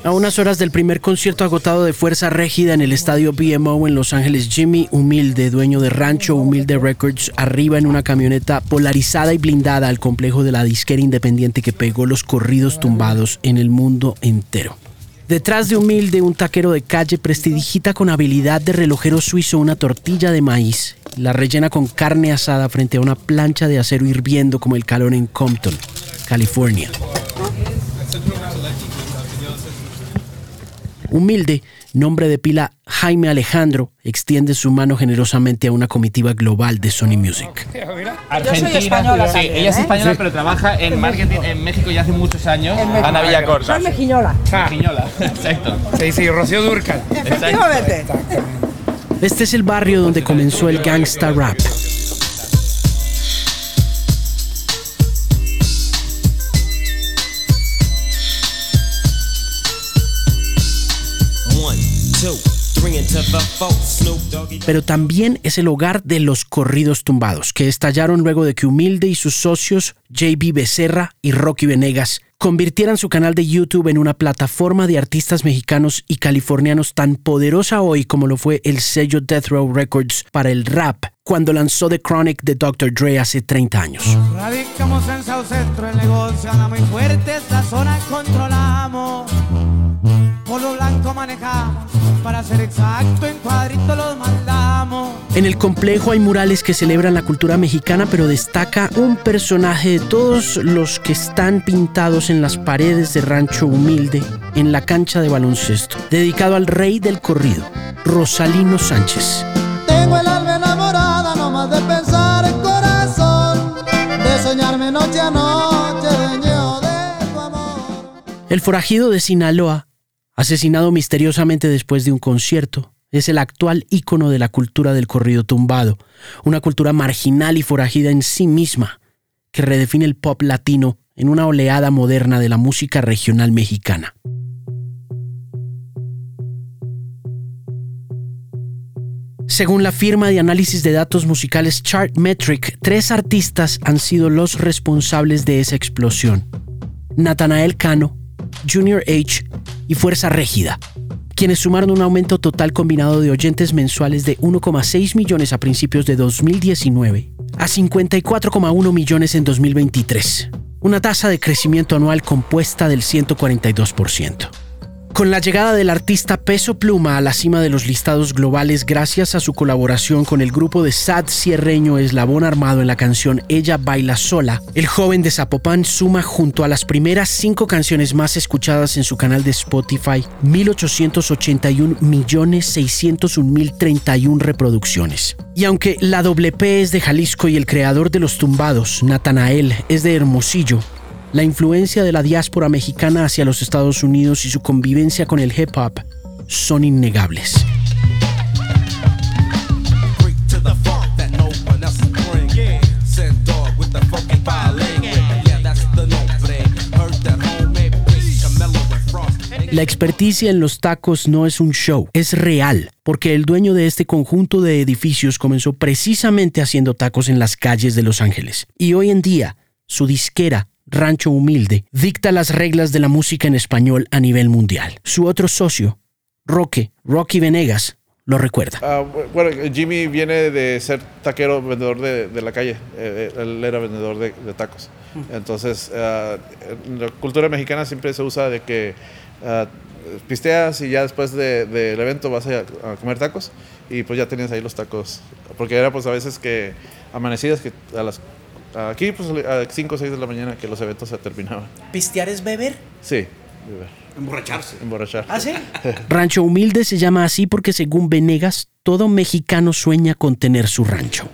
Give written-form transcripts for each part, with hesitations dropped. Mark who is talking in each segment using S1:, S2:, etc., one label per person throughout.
S1: A unas horas del primer concierto agotado de Fuerza Régida en el estadio BMO en Los Ángeles, Jimmy Humilde, dueño de Rancho Humilde Records, arriba en una camioneta polarizada y blindada al complejo de la disquera independiente que pegó los corridos tumbados en el mundo entero. Detrás de Humilde, un taquero de calle prestidigita con habilidad de relojero suizo una tortilla de maíz. La rellena con carne asada frente a una plancha de acero hirviendo como el calor en Compton, California. Humilde, nombre de pila Jaime Alejandro, extiende su mano generosamente a una comitiva global de Sony Music.
S2: Argentina. Yo soy española también, ella es española, pero trabaja en marketing en México ya hace muchos años. Ana Villacorta.
S3: Soy mejiñola.
S2: Mejiñola, exacto.
S4: Sí, Rocío Dúrcal.
S3: Efectivamente.
S1: Este es el barrio donde comenzó el gangsta rap. Pero también es el hogar de los corridos tumbados, que estallaron luego de que Humilde y sus socios, JB Becerra y Rocky Venegas, convirtieran su canal de YouTube en una plataforma de artistas mexicanos y californianos tan poderosa hoy como lo fue el sello Death Row Records para el rap, cuando lanzó The Chronic de Dr. Dre hace 30 años.
S5: Radicamos en South Centro, el negocio anda muy fuerte, esta zona controlamos. Polo blanco manejamos, para ser exacto, en cuadrito los mandamos.
S1: En el complejo hay murales que celebran la cultura mexicana, pero destaca un personaje de todos los que están pintados en las paredes de Rancho Humilde, en la cancha de baloncesto, dedicado al rey del corrido, Rosalino Sánchez.
S6: Tengo el alma enamorada, no más de pensar en corazón, de soñarme noche a noche, dueño de tu amor.
S1: El forajido de Sinaloa, asesinado misteriosamente después de un concierto, es el actual ícono de la cultura del corrido tumbado, una cultura marginal y forajida en sí misma, que redefine el pop latino en una oleada moderna de la música regional mexicana. Según la firma de análisis de datos musicales Chartmetric, 3 artistas han sido los responsables de esa explosión: Natanael Cano, Junior H y Fuerza Régida, quienes sumaron un aumento total combinado de oyentes mensuales de 1,6 millones a principios de 2019 a 54,1 millones en 2023, una tasa de crecimiento anual compuesta del 142%. Con la llegada del artista Peso Pluma a la cima de los listados globales gracias a su colaboración con el grupo de sad cierreño Eslabón Armado en la canción Ella Baila Sola, el joven de Zapopan suma junto a las primeras 5 canciones más escuchadas en su canal de Spotify 1.881.601.031 reproducciones. Y aunque la WP es de Jalisco y el creador de Los Tumbados, Natanael, es de Hermosillo, la influencia de la diáspora mexicana hacia los Estados Unidos y su convivencia con el hip hop son innegables. La experticia en los tacos no es un show, es real, porque el dueño de este conjunto de edificios comenzó precisamente haciendo tacos en las calles de Los Ángeles. Y hoy en día, su disquera, Rancho Humilde, dicta las reglas de la música en español a nivel mundial. Su otro socio, Rocky Venegas, lo recuerda.
S7: Bueno, Jimmy viene de ser taquero, vendedor de la calle. Él era vendedor de tacos. Entonces, en la cultura mexicana siempre se usa de que pisteas y ya después del evento vas a comer tacos, y pues ya tenías ahí los tacos. Porque era pues a veces que amanecidas que aquí pues a 5 o 6 de la mañana que los eventos se terminaban.
S1: ¿Pistear es beber?
S7: Sí, beber.
S4: Emborrachar.
S1: ¿Ah, sí? Rancho Humilde se llama así porque, según Venegas, todo mexicano sueña con tener su rancho.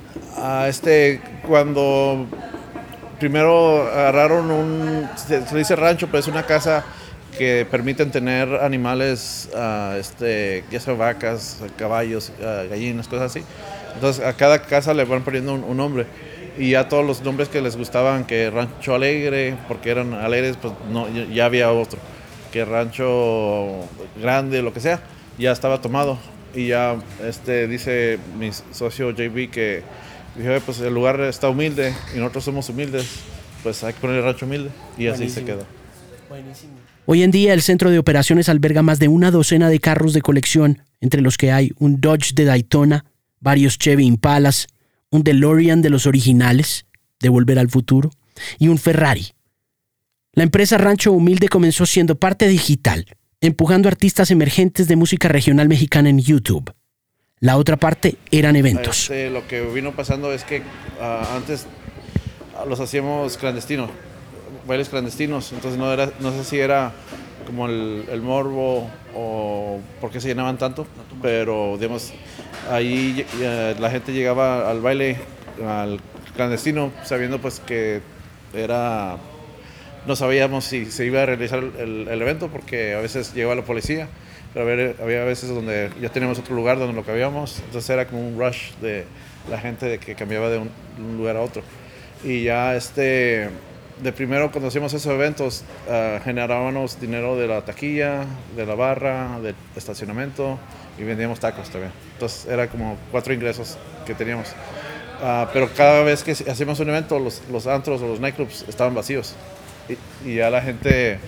S7: Cuando primero agarraron se dice rancho, pero es una casa que permiten tener animales, ya sea vacas, caballos, gallinas, cosas así. Entonces a cada casa le van poniendo un nombre. Y ya todos los nombres que les gustaban, que Rancho Alegre, porque eran alegres, pues no, ya había otro. Que Rancho Grande, lo que sea, ya estaba tomado. Y ya dice mi socio JB que dije, pues el lugar está humilde y nosotros somos humildes, pues hay que poner Rancho Humilde. Y así se quedó.
S1: Buenísimo. Hoy en día el centro de operaciones alberga más de una docena de carros de colección, entre los que hay un Dodge de Daytona, varios Chevy Impalas, un DeLorean de los originales, de Volver al Futuro, y un Ferrari. La empresa Rancho Humilde comenzó siendo parte digital, empujando artistas emergentes de música regional mexicana en YouTube. La otra parte eran eventos.
S7: Lo que vino pasando es que antes los hacíamos clandestinos, bailes clandestinos, entonces no sé si era como el morbo o por qué se llenaban tanto, pero digamos, ahí la gente llegaba al baile, al clandestino, sabiendo pues que no sabíamos si se iba a realizar el evento, porque a veces llegaba la policía, pero había veces donde ya teníamos otro lugar donde lo cabíamos, entonces era como un rush de la gente de que cambiaba de un lugar a otro. Y ya de primero cuando hacíamos esos eventos generábamos dinero de la taquilla, de la barra, del estacionamiento y vendíamos tacos también. Entonces era como 4 ingresos que teníamos. Pero cada vez que hacíamos un evento los antros o los nightclubs estaban vacíos y ya la gente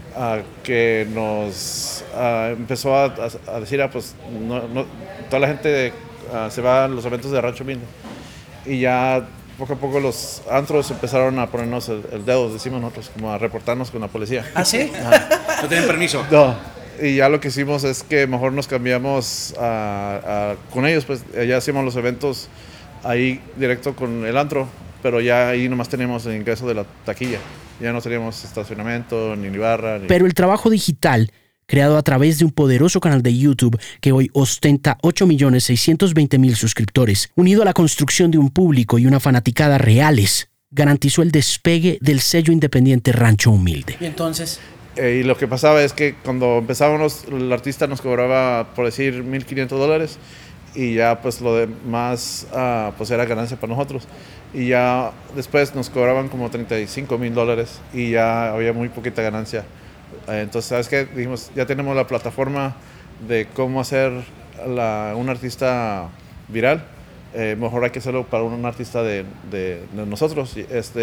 S7: que nos empezó a decir pues no, toda la gente se va a los eventos de Rancho Humilde y ya poco a poco los antros empezaron a ponernos el dedo, decimos nosotros, como a reportarnos con la policía.
S4: ¿Ah, sí? ¿No tienen permiso?
S7: No. Y ya lo que hicimos es que mejor nos cambiamos con ellos, pues ya hacíamos los eventos ahí directo con el antro, pero ya ahí nomás teníamos el ingreso de la taquilla. Ya no teníamos estacionamiento, ni barra.
S1: Pero el trabajo digital, creado a través de un poderoso canal de YouTube que hoy ostenta 8.620.000 suscriptores, unido a la construcción de un público y una fanaticada reales, garantizó el despegue del sello independiente Rancho Humilde.
S3: ¿Y entonces?
S7: Y lo que pasaba es que cuando empezábamos, el artista nos cobraba, por decir, $1,500 y ya pues lo demás pues era ganancia para nosotros. Y ya después nos cobraban como $35,000 y ya había muy poquita ganancia. Entonces, ¿sabes qué? Dijimos, ya tenemos la plataforma de cómo hacer un artista viral. Mejor hay que hacerlo para un artista de nosotros.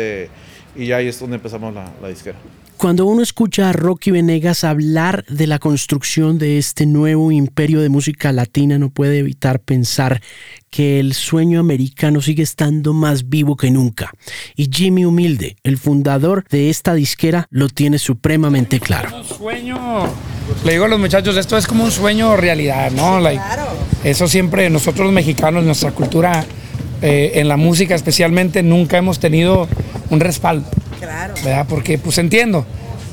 S7: Y ya ahí es donde empezamos la disquera.
S1: Cuando uno escucha a Rocky Venegas hablar de la construcción de este nuevo imperio de música latina, no puede evitar pensar que el sueño americano sigue estando más vivo que nunca. Y Jimmy Humilde, el fundador de esta disquera, lo tiene supremamente claro.
S4: Un sueño, le digo a los muchachos, esto es como un sueño realidad, ¿no?
S8: Claro.
S4: Eso siempre, nosotros los mexicanos, nuestra cultura, en la música especialmente, nunca hemos tenido un respaldo.
S8: Claro.
S4: ¿Verdad? Porque pues entiendo,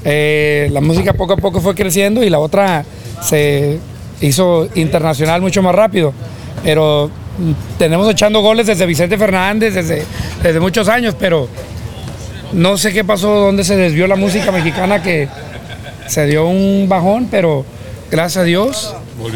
S4: la música poco a poco fue creciendo y la otra se hizo internacional mucho más rápido, pero tenemos echando goles desde Vicente Fernández, desde muchos años, pero no sé qué pasó, dónde se desvió la música mexicana, que se dio un bajón, pero gracias a Dios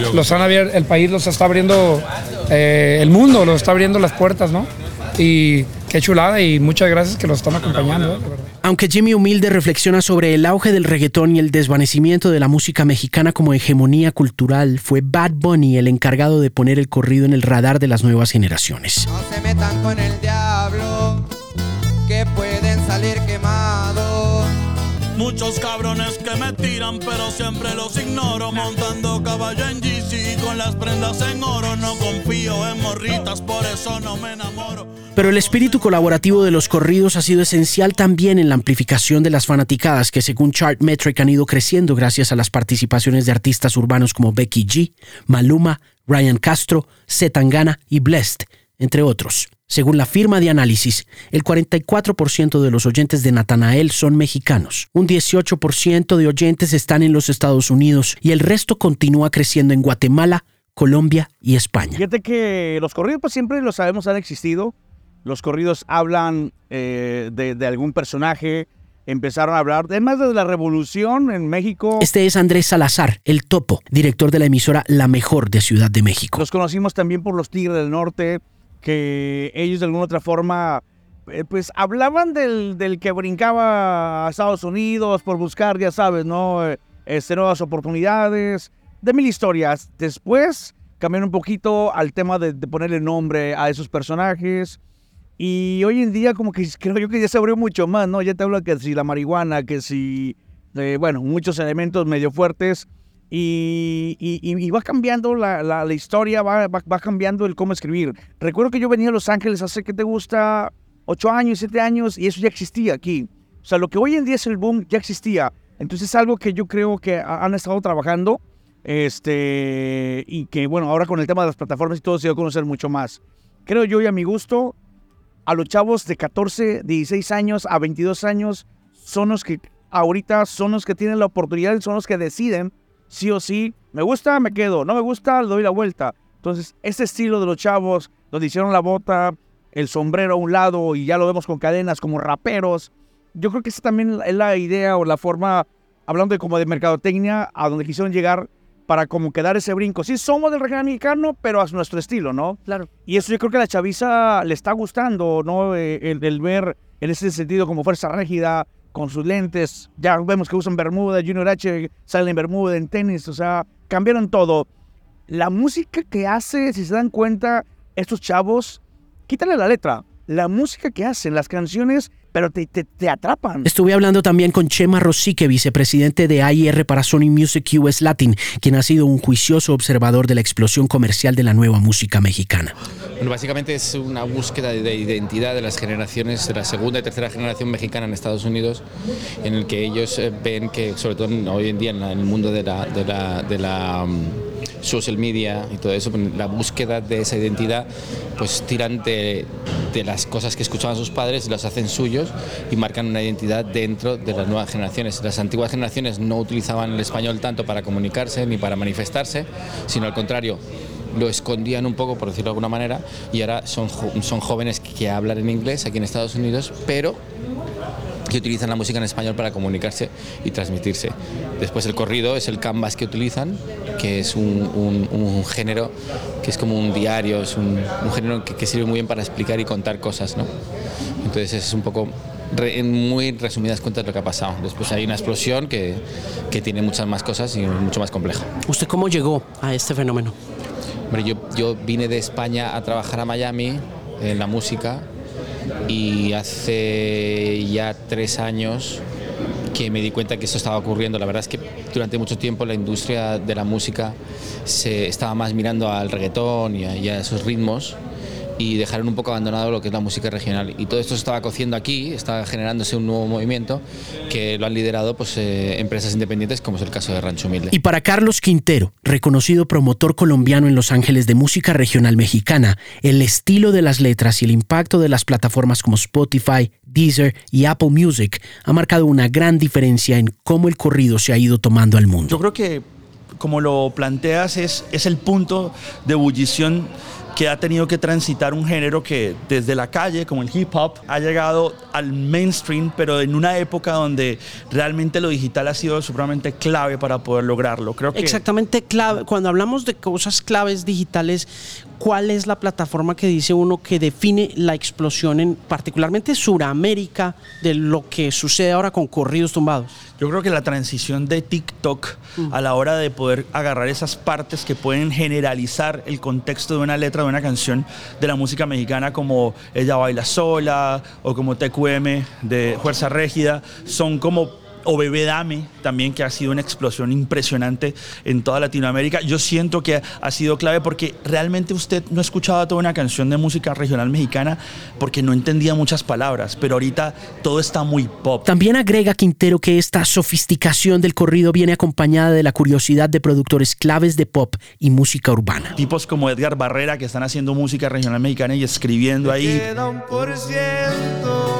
S4: el país los está abriendo, el mundo los está abriendo las puertas, ¿no? Y qué chulada, y muchas gracias que los están acompañando.
S1: Aunque Jimmy Humilde reflexiona sobre el auge del reggaetón y el desvanecimiento de la música mexicana como hegemonía cultural, fue Bad Bunny el encargado de poner el corrido en el radar de las nuevas generaciones.
S5: No se metan con el diablo, que pueden salir quemados.
S9: Muchos cabrones que me tiran, pero siempre los ignoro. Montando caballo en GC con las prendas en oro. No confío en morritas, por eso no me enamoro.
S1: Pero el espíritu colaborativo de los corridos ha sido esencial también en la amplificación de las fanaticadas que, según Chartmetric, han ido creciendo gracias a las participaciones de artistas urbanos como Becky G, Maluma, Ryan Castro, C. Tangana y Blessd, entre otros. Según la firma de análisis, el 44% de los oyentes de Natanael son mexicanos, un 18% de oyentes están en los Estados Unidos y el resto continúa creciendo en Guatemala, Colombia y España.
S3: Fíjate que los corridos pues siempre lo sabemos, han existido. Los corridos hablan de algún personaje, empezaron a hablar, además de la revolución en México.
S1: Este es Andrés Salazar, el Topo, director de la emisora La Mejor de Ciudad de México.
S3: Los conocimos también por los Tigres del Norte, que ellos de alguna otra forma pues hablaban del que brincaba a Estados Unidos por buscar, ya sabes, ¿no? Nuevas oportunidades, de mil historias. Después cambiaron un poquito al tema de ponerle nombre a esos personajes. Y hoy en día como que creo yo que ya se abrió mucho más, ¿no? Ya te hablan que si la marihuana, que si muchos elementos medio fuertes. Y va cambiando la historia, va cambiando el cómo escribir. Recuerdo que yo venía a Los Ángeles hace, ¿qué te gusta? 8 años, 7 años, y eso ya existía aquí. O sea, lo que hoy en día es el boom ya existía. Entonces es algo que yo creo que han estado trabajando y que, bueno, ahora con el tema de las plataformas y todo se dio a conocer mucho más. Creo yo, y a mi gusto, a los chavos de 14, 16 años a 22 años son los que ahorita son los que tienen la oportunidad, son los que deciden sí o sí, me gusta, me quedo, no me gusta, le doy la vuelta. Entonces, ese estilo de los chavos, donde hicieron la bota, el sombrero a un lado y ya lo vemos con cadenas como raperos, yo creo que esa también es la idea o la forma, hablando como de mercadotecnia, a donde quisieron llegar para como que dar ese brinco. Sí, somos del regional mexicano, pero a nuestro estilo, ¿no?
S1: Claro.
S3: Y eso yo creo que a la chaviza le está gustando, ¿no? El ver en ese sentido como Fuerza Régida, con sus lentes, ya vemos que usan bermuda, Junior H sale en bermuda, en tenis, o sea, cambiaron todo. La música que hace, si se dan cuenta, estos chavos, quítale la letra, la música que hacen, las canciones, pero te atrapan.
S1: Estuve hablando también con Chema Rosique, vicepresidente de AIR para Sony Music US Latin, quien ha sido un juicioso observador de la explosión comercial de la nueva música mexicana.
S8: Bueno, básicamente es una búsqueda de identidad de las generaciones, de la segunda y tercera generación mexicana en Estados Unidos, en el que ellos ven que, sobre todo hoy en día en el mundo de la social media y todo eso, la búsqueda de esa identidad, pues tiran de las cosas que escuchaban sus padres y las hacen suyos y marcan una identidad dentro de las nuevas generaciones. Las antiguas generaciones no utilizaban el español tanto para comunicarse ni para manifestarse, sino al contrario, lo escondían un poco, por decirlo de alguna manera, y ahora son jóvenes que hablan en inglés aquí en Estados Unidos, pero que utilizan la música en español para comunicarse y transmitirse. Después el corrido es el canvas que utilizan, que es un género que es como un diario, es un género que sirve muy bien para explicar y contar cosas, ¿no? Entonces es un poco, en muy resumidas cuentas, lo que ha pasado. Después hay una explosión que tiene muchas más cosas y mucho más compleja.
S1: ¿Usted cómo llegó a este fenómeno?
S8: Hombre, yo vine de España a trabajar a Miami en la música, y hace ya 3 años que me di cuenta que esto estaba ocurriendo. La verdad es que durante mucho tiempo la industria de la música se estaba más mirando al reggaetón y a esos ritmos, y dejaron un poco abandonado lo que es la música regional. Y todo esto se estaba cociendo aquí, estaba generándose un nuevo movimiento que lo han liderado pues, empresas independientes, como es el caso de Rancho Humilde.
S1: Y para Carlos Quintero, reconocido promotor colombiano en Los Ángeles de música regional mexicana, el estilo de las letras y el impacto de las plataformas como Spotify, Deezer y Apple Music ha marcado una gran diferencia en cómo el corrido se ha ido tomando al mundo.
S10: Yo creo que, como lo planteas, es el punto de ebullición que ha tenido que transitar un género que desde la calle, como el hip hop, ha llegado al mainstream, pero en una época donde realmente lo digital ha sido supremamente clave para poder lograrlo. Creo que
S1: exactamente clave. Cuando hablamos de cosas claves digitales, ¿cuál es la plataforma que dice uno que define la explosión en particularmente Sudamérica de lo que sucede ahora con corridos tumbados?
S10: Yo creo que la transición de TikTok a la hora de poder agarrar esas partes que pueden generalizar el contexto de una letra de una canción de la música mexicana, como Ella Baila Sola o como TQM de Fuerza Régida, son como, o Bebé Dame también, que ha sido una explosión impresionante en toda Latinoamérica. Yo siento que ha sido clave porque realmente usted no escuchaba toda una canción de música regional mexicana porque no entendía muchas palabras, pero ahorita todo está muy pop.
S1: También agrega Quintero que esta sofisticación del corrido viene acompañada de la curiosidad de productores claves de pop y música urbana.
S10: Tipos como Edgar Barrera, que están haciendo música regional mexicana y escribiendo ahí.
S5: Queda 1%.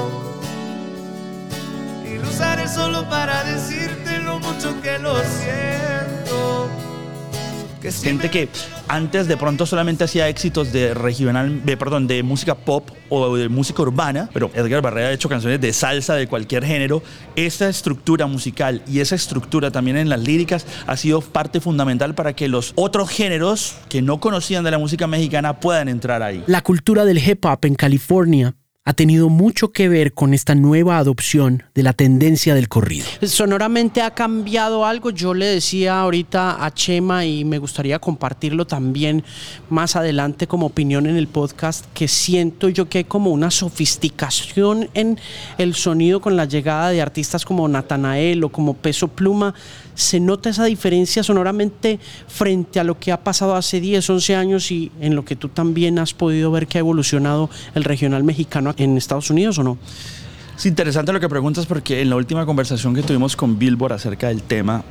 S5: Usaré solo para decirte lo mucho que lo siento.
S10: Gente que antes de pronto solamente hacía éxitos de música pop o de música urbana, pero Edgar Barrera ha hecho canciones de salsa, de cualquier género. Esa estructura musical y esa estructura también en las líricas ha sido parte fundamental para que los otros géneros que no conocían de la música mexicana puedan entrar ahí.
S1: La cultura del hip hop en California ha tenido mucho que ver con esta nueva adopción de la tendencia del corrido.
S11: Sonoramente ha cambiado algo. Yo le decía ahorita a Chema, y me gustaría compartirlo también más adelante como opinión en el podcast, que siento yo que hay como una sofisticación en el sonido con la llegada de artistas como Natanael o como Peso Pluma. Se nota esa diferencia sonoramente frente a lo que ha pasado hace 10, 11 años y en lo que tú también has podido ver que ha evolucionado el regional mexicano en Estados Unidos, ¿o no?
S10: Es interesante lo que preguntas, porque en la última conversación que tuvimos con Billboard acerca del tema,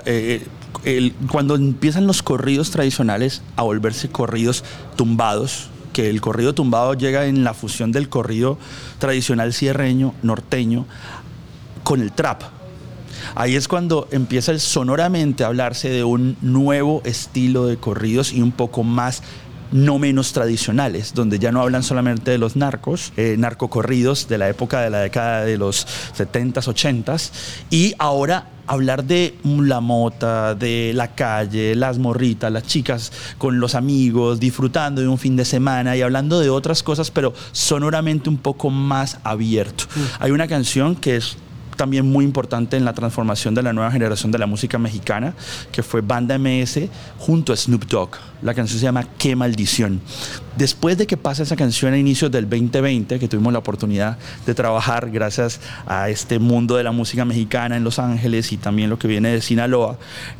S10: cuando empiezan los corridos tradicionales a volverse corridos tumbados, que el corrido tumbado llega en la fusión del corrido tradicional sierreño, norteño, con el trap. Ahí es cuando empieza sonoramente a hablarse de un nuevo estilo de corridos y un poco más, no menos tradicionales, donde ya no hablan solamente de los narcocorridos de la época de la década de los 70s, 80s, y ahora hablar de la mota, de la calle, las morritas, las chicas con los amigos, disfrutando de un fin de semana y hablando de otras cosas, pero sonoramente un poco más abierto. Hay una canción que es también muy importante en la transformación de la nueva generación de la música mexicana, que fue Banda MS junto a Snoop Dogg. La canción se llama Qué Maldición. Después de que pasa esa canción a inicios del 2020, que tuvimos la oportunidad de trabajar gracias a este mundo de la música mexicana en Los Ángeles y también lo que viene de Sinaloa,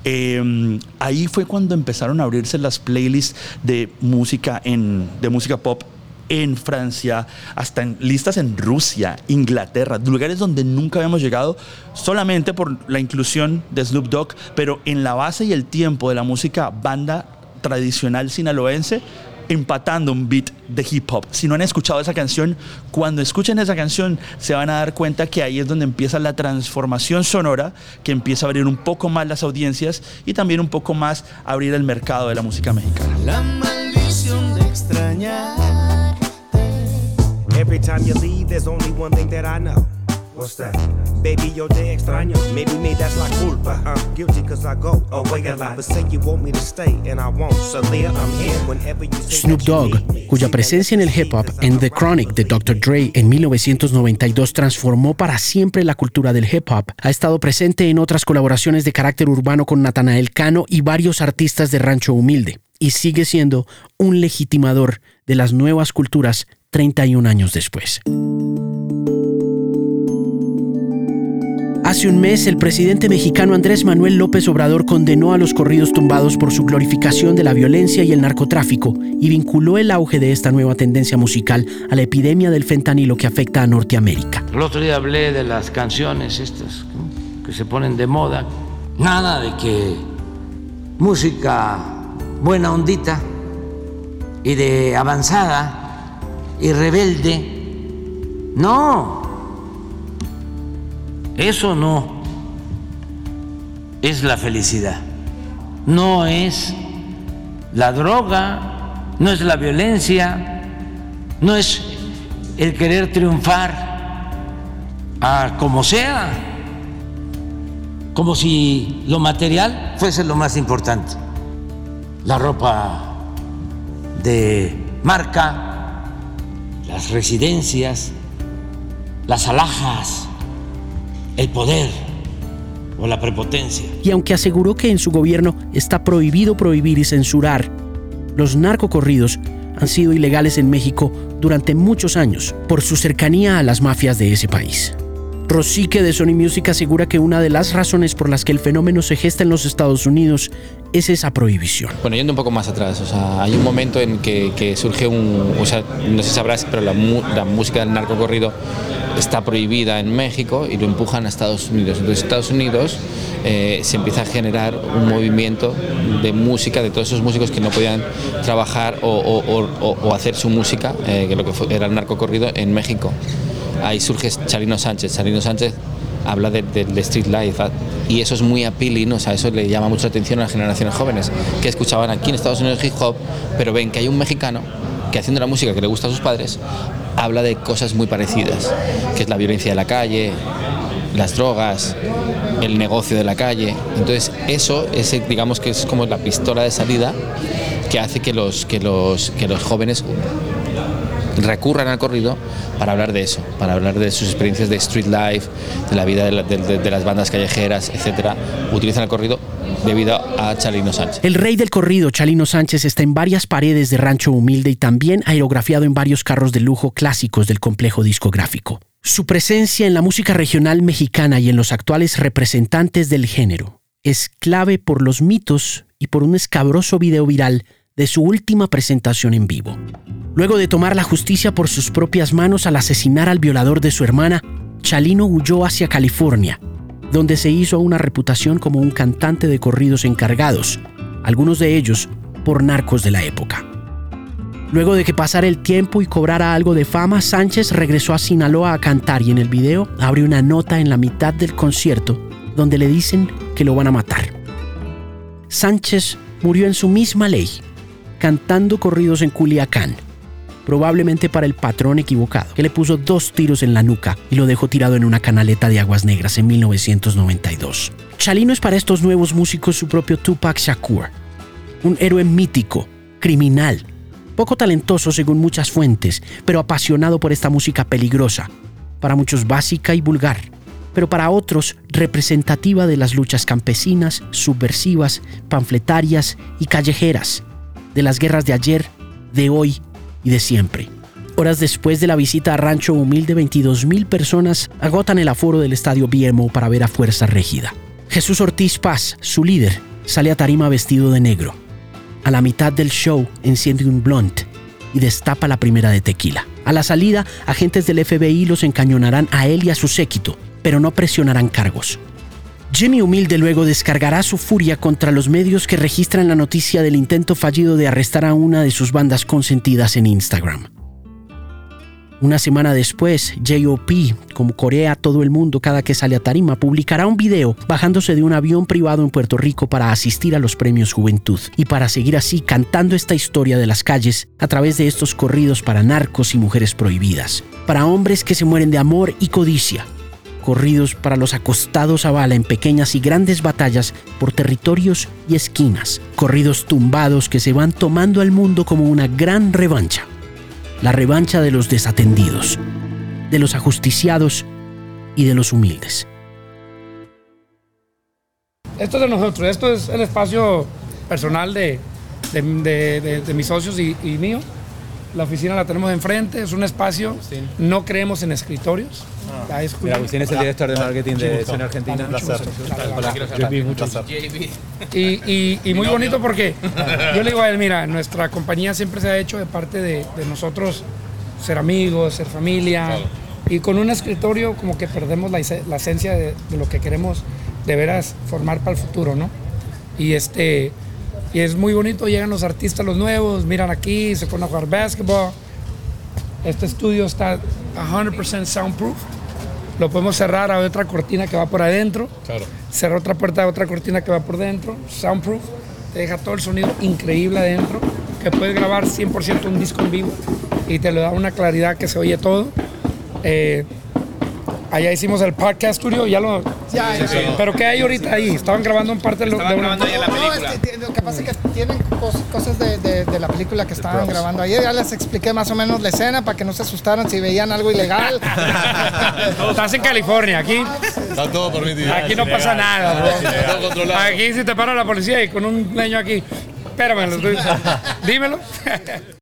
S10: ahí fue cuando empezaron a abrirse las playlists de música pop en Francia, hasta en listas en Rusia, Inglaterra, lugares donde nunca habíamos llegado, solamente por la inclusión de Snoop Dogg, pero en la base y el tiempo de la música banda tradicional sinaloense, empatando un beat de hip hop. Si no han escuchado esa canción, cuando escuchen esa canción se van a dar cuenta que ahí es donde empieza la transformación sonora, que empieza a abrir un poco más las audiencias y también un poco más abrir el mercado de la música mexicana.
S12: La maldición de extrañar. Every time you leave, there's only one thing that I know. What's that? Baby, yo te extraño. Maybe me, that's la culpa. I'm guilty cause I go away a lot. But say you want me to stay and I won't. So there I'm here whenever you say.
S1: Snoop Dogg, cuya presencia en el hip hop en The Chronic de Dr. Dre en 1992 transformó para siempre la cultura del hip hop, ha estado presente en otras colaboraciones de carácter urbano con Natanael Cano y varios artistas de Rancho Humilde, y sigue siendo un legitimador de las nuevas culturas 31 años después. Hace un mes, el presidente mexicano Andrés Manuel López Obrador condenó a los corridos tumbados por su glorificación de la violencia y el narcotráfico y vinculó el auge de esta nueva tendencia musical a la epidemia del fentanilo que afecta a Norteamérica.
S13: El otro día hablé de las canciones estas que se ponen de moda. Nada de que música buena ondita y de avanzada y rebelde. No. Eso no es la felicidad, no es la droga, no es la violencia, no es el querer triunfar a como sea, como si lo material fuese lo más importante. La ropa de marca, las residencias, las alhajas, el poder o la prepotencia.
S1: Y aunque aseguró que en su gobierno está prohibido prohibir y censurar, los narcocorridos han sido ilegales en México durante muchos años por su cercanía a las mafias de ese país. Rosique de Sony Music asegura que una de las razones por las que el fenómeno se gesta en los Estados Unidos es esa prohibición.
S8: Bueno, yendo un poco más atrás, hay un momento en que surge no sé si sabrás, pero la música del narcocorrido está prohibida en México y lo empujan a Estados Unidos. Entonces, Estados Unidos se empieza a generar un movimiento de música de todos esos músicos que no podían trabajar o hacer su música, que lo que era el narcocorrido, en México. Ahí surge Chalino Sánchez. Chalino Sánchez habla del street life y eso es muy appealing, o sea, eso le llama mucho la atención a las generaciones jóvenes que escuchaban aquí en Estados Unidos hip hop, pero ven que hay un mexicano que, haciendo la música que le gusta a sus padres, habla de cosas muy parecidas, que es la violencia de la calle, las drogas, el negocio de la calle. Entonces eso digamos que es como la pistola de salida que hace que los jóvenes recurran al corrido para hablar de eso, para hablar de sus experiencias de street life, de la vida de las bandas callejeras, etcétera. Utilizan el corrido debido a Chalino Sánchez.
S1: El rey del corrido, Chalino Sánchez, está en varias paredes de Rancho Humilde y también aerografiado en varios carros de lujo clásicos del complejo discográfico. Su presencia en la música regional mexicana y en los actuales representantes del género es clave por los mitos y por un escabroso video viral de su última presentación en vivo. Luego de tomar la justicia por sus propias manos al asesinar al violador de su hermana, Chalino huyó hacia California, donde se hizo una reputación como un cantante de corridos encargados, algunos de ellos por narcos de la época. Luego de que pasara el tiempo y cobrara algo de fama, Sánchez regresó a Sinaloa a cantar y en el video abre una nota en la mitad del concierto donde le dicen que lo van a matar. Sánchez murió en su misma ley, cantando corridos en Culiacán, probablemente para el patrón equivocado, que le puso 2 tiros en la nuca y lo dejó tirado en una canaleta de Aguas Negras en 1992. Chalino es para estos nuevos músicos su propio Tupac Shakur, un héroe mítico, criminal, poco talentoso según muchas fuentes, pero apasionado por esta música peligrosa, para muchos básica y vulgar, pero para otros representativa de las luchas campesinas, subversivas, panfletarias y callejeras, de las guerras de ayer, de hoy y de siempre. Horas después de la visita a Rancho Humilde, 22,000 personas agotan el aforo del estadio BMO para ver a Fuerza Régida. Jesús Ortiz Paz, su líder, sale a tarima vestido de negro. A la mitad del show enciende un blunt y destapa la primera de tequila. A la salida, agentes del FBI los encañonarán a él y a su séquito, pero no presionarán cargos. Jimmy Humilde luego descargará su furia contra los medios que registran la noticia del intento fallido de arrestar a una de sus bandas consentidas en Instagram. Una semana después, J.O.P., como corea todo el mundo cada que sale a tarima, publicará un video bajándose de un avión privado en Puerto Rico para asistir a los Premios Juventud y para seguir así cantando esta historia de las calles a través de estos corridos para narcos y mujeres prohibidas, para hombres que se mueren de amor y codicia, corridos para los acostados a bala en pequeñas y grandes batallas por territorios y esquinas, corridos tumbados que se van tomando al mundo como una gran revancha. La revancha de los desatendidos, de los ajusticiados y de los humildes.
S4: Esto es de nosotros, esto es el espacio personal de mis socios y mío. La oficina la tenemos enfrente, es un espacio, no creemos en escritorios.
S2: Mira, Agustín es el director de marketing de Escena Argentina.
S4: Y muy bonito porque yo le digo a él, mira, nuestra compañía siempre se ha hecho de parte de nosotros ser amigos, ser familia, claro. Y con un escritorio como que perdemos la esencia de lo que queremos de veras formar para el futuro, ¿no? Y es muy bonito, llegan los artistas, los nuevos, miran aquí, se ponen a jugar basketball. Este estudio está 100% soundproof. Lo podemos cerrar a otra cortina que va por adentro. Claro. Cerrar otra puerta a otra cortina que va por dentro. Soundproof. Te deja todo el sonido increíble adentro. Que puedes grabar 100% un disco en vivo. Y te lo da una claridad que se oye todo. Allá hicimos el podcast studio, ya lo... Ya. ¿Pero qué hay ahorita ahí? Estaban grabando un parte de
S2: grabando ahí en la película.
S14: Lo que pasa es que tienen cosas de la película que estaban grabando ayer. Ya les expliqué más o menos la escena para que no se asustaran si veían algo ilegal.
S4: Estás en California, aquí...
S15: Está todo permitido.
S4: Aquí no pasa nada, bro. Aquí si te para la policía y con un leño aquí... Espérame, dímelo.